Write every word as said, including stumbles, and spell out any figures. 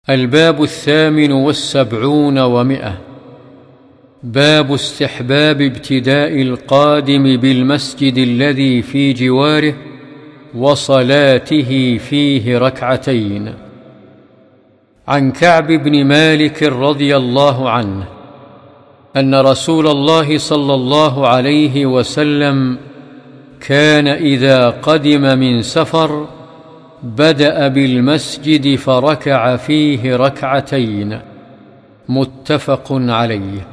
الباب الثامن والسبعون ومئة. باب استحباب ابتداء القادم بالمسجد الذي في جواره وصلاته فيه ركعتين. عن كعب بن مالك رضي الله عنه أن رسول الله صلى الله عليه وسلم كان إذا قدم من سفر بدأ بالمسجد فركع فيه ركعتين. متفق عليه.